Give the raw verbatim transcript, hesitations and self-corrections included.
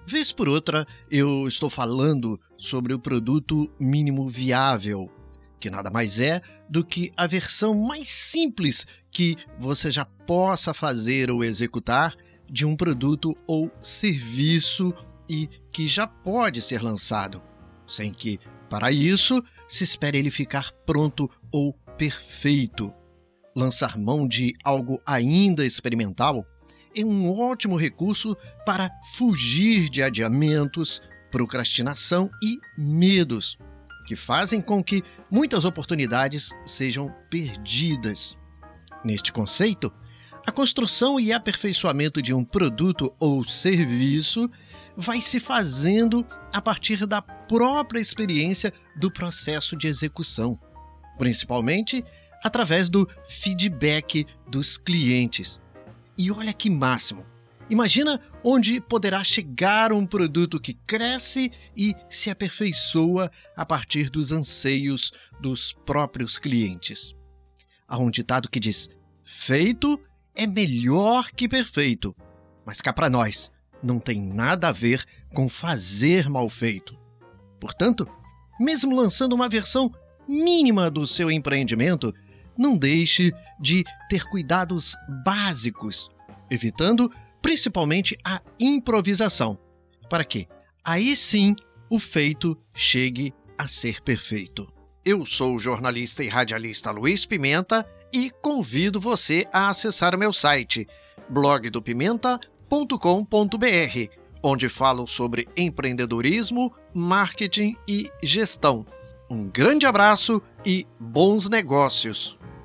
Vez por outra, eu estou falando sobre o produto mínimo viável, que nada mais é do que a versão mais simples que você já possa fazer ou executar de um produto ou serviço e que já pode ser lançado, sem que, para isso, se espere ele ficar pronto ou perfeito. Lançar mão de algo ainda experimental é um ótimo recurso para fugir de adiamentos, procrastinação e medos, que fazem com que muitas oportunidades sejam perdidas. Neste conceito, a construção e aperfeiçoamento de um produto ou serviço vai se fazendo a partir da própria experiência do processo de execução, principalmente através do feedback dos clientes. E olha que máximo! Imagina onde poderá chegar um produto que cresce e se aperfeiçoa a partir dos anseios dos próprios clientes. Há um ditado que diz: feito é melhor que perfeito, mas cá para nós não tem nada a ver com fazer mal feito. Portanto, mesmo lançando uma versão mínima do seu empreendimento, não deixe de ter cuidados básicos, evitando principalmente a improvisação, para que, aí sim, o feito chegue a ser perfeito. Eu sou o jornalista e radialista Luiz Pimenta e convido você a acessar o meu site, blog do pimenta ponto com ponto b r, onde falo sobre empreendedorismo, marketing e gestão. Um grande abraço e bons negócios!